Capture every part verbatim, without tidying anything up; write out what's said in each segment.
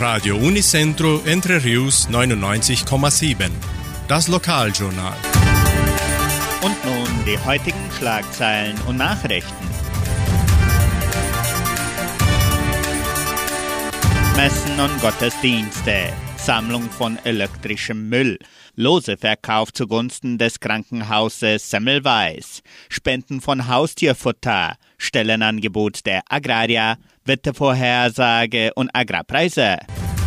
Radio Unicentro Entre Rius neunundneunzig Komma sieben. Das Lokaljournal. Und nun die heutigen Schlagzeilen und Nachrichten. Messen und Gottesdienste, Sammlung von elektrischem Müll, Loseverkauf zugunsten des Krankenhauses Semmelweis, Spenden von Haustierfutter, Stellenangebot der Agraria, Wettervorhersage und Agrarpreise.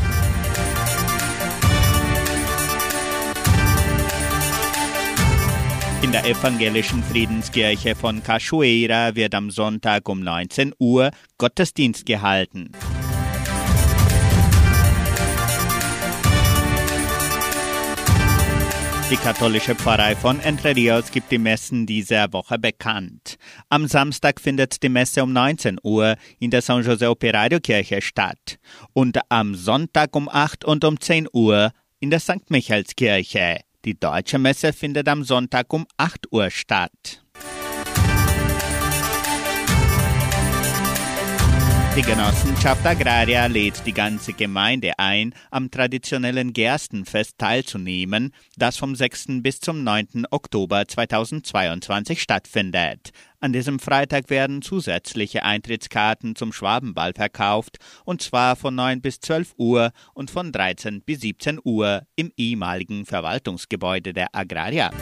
In der evangelischen Friedenskirche von Cachoeira wird am Sonntag um neunzehn Uhr Gottesdienst gehalten. Die katholische Pfarrei von Entre Rios gibt die Messen dieser Woche bekannt. Am Samstag findet die Messe um neunzehn Uhr in der San José Operario Kirche statt und am Sonntag um acht und um zehn Uhr in der Sankt Michaelskirche. Die deutsche Messe findet am Sonntag um acht Uhr statt. Die Genossenschaft Agraria lädt die ganze Gemeinde ein, am traditionellen Gerstenfest teilzunehmen, das vom sechsten bis zum neunten Oktober zweitausendzweiundzwanzig stattfindet. An diesem Freitag werden zusätzliche Eintrittskarten zum Schwabenball verkauft, und zwar von neun bis zwölf Uhr und von dreizehn bis siebzehn Uhr im ehemaligen Verwaltungsgebäude der Agraria.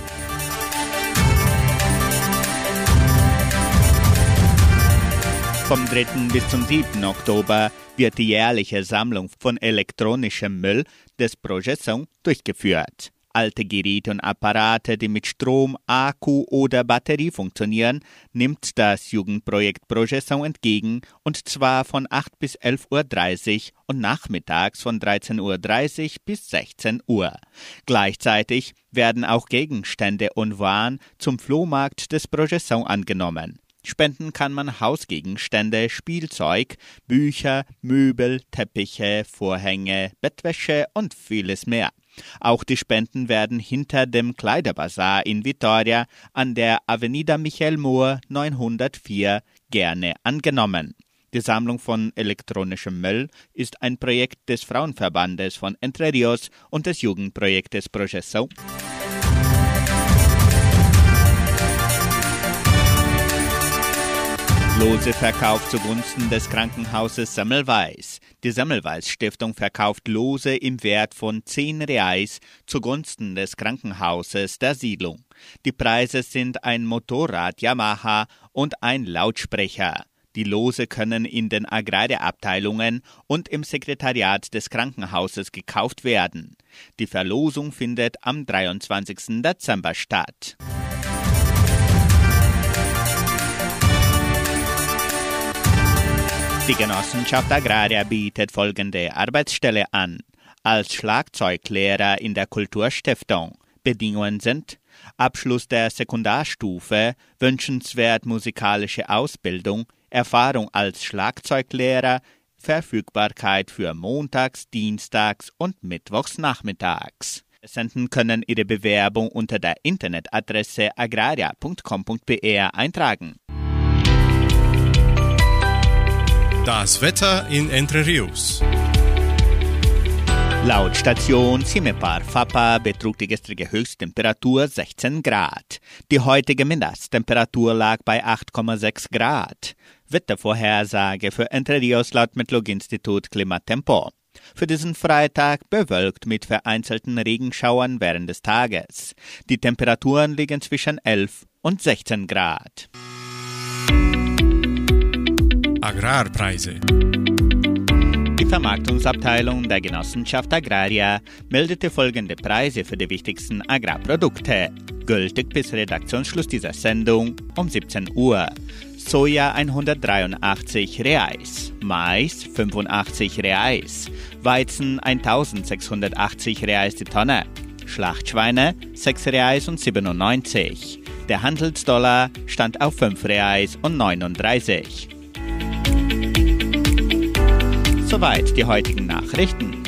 Vom dritten bis zum siebten Oktober wird die jährliche Sammlung von elektronischem Müll des Projeção durchgeführt. Alte Geräte und Apparate, die mit Strom, Akku oder Batterie funktionieren, nimmt das Jugendprojekt Projeção entgegen, und zwar von acht bis elf Uhr dreißig und nachmittags von dreizehn Uhr dreißig bis sechzehn Uhr. Gleichzeitig werden auch Gegenstände und Waren zum Flohmarkt des Projeção angenommen. Spenden kann man Hausgegenstände, Spielzeug, Bücher, Möbel, Teppiche, Vorhänge, Bettwäsche und vieles mehr. Auch die Spenden werden hinter dem Kleiderbazar in Vitoria an der Avenida Michael Mohr neunhundertvier gerne angenommen. Die Sammlung von elektronischem Müll ist ein Projekt des Frauenverbandes von Entre Rios und des Jugendprojektes Projeção. Loseverkauf zugunsten des Krankenhauses Semmelweis. Die Semmelweis-Stiftung verkauft Lose im Wert von zehn Reais zugunsten des Krankenhauses der Siedlung. Die Preise sind ein Motorrad Yamaha und ein Lautsprecher. Die Lose können in den Agrarabteilungen und im Sekretariat des Krankenhauses gekauft werden. Die Verlosung findet am dreiundzwanzigsten Dezember statt. Die Genossenschaft Agraria bietet folgende Arbeitsstelle an. Als Schlagzeuglehrer in der Kulturstiftung. Bedingungen sind Abschluss der Sekundarstufe, wünschenswert musikalische Ausbildung, Erfahrung als Schlagzeuglehrer, Verfügbarkeit für montags, dienstags und mittwochs nachmittags. Senden können Ihre Bewerbung unter der Internetadresse agraria punkt com punkt b r eintragen. Das Wetter in Entre Rios. Laut Station Cimepar Fapa betrug die gestrige Höchsttemperatur sechzehn Grad. Die heutige Mindesttemperatur lag bei acht Komma sechs Grad. Wettervorhersage für Entre Rios laut Metlog-Institut Klimatempo. Für diesen Freitag bewölkt mit vereinzelten Regenschauern während des Tages. Die Temperaturen liegen zwischen elf und sechzehn Grad. Agrarpreise. Die Vermarktungsabteilung der Genossenschaft Agraria meldete folgende Preise für die wichtigsten Agrarprodukte. Gültig bis Redaktionsschluss dieser Sendung um siebzehn Uhr. Soja hundertdreiundachtzig Reais, Mais fünfundachtzig Reais, Weizen eintausendsechshundertachtzig Reais die Tonne, Schlachtschweine sechs Reais und siebenundneunzig. Der Handelsdollar stand auf fünf Reais und neununddreißig. Soweit die heutigen Nachrichten.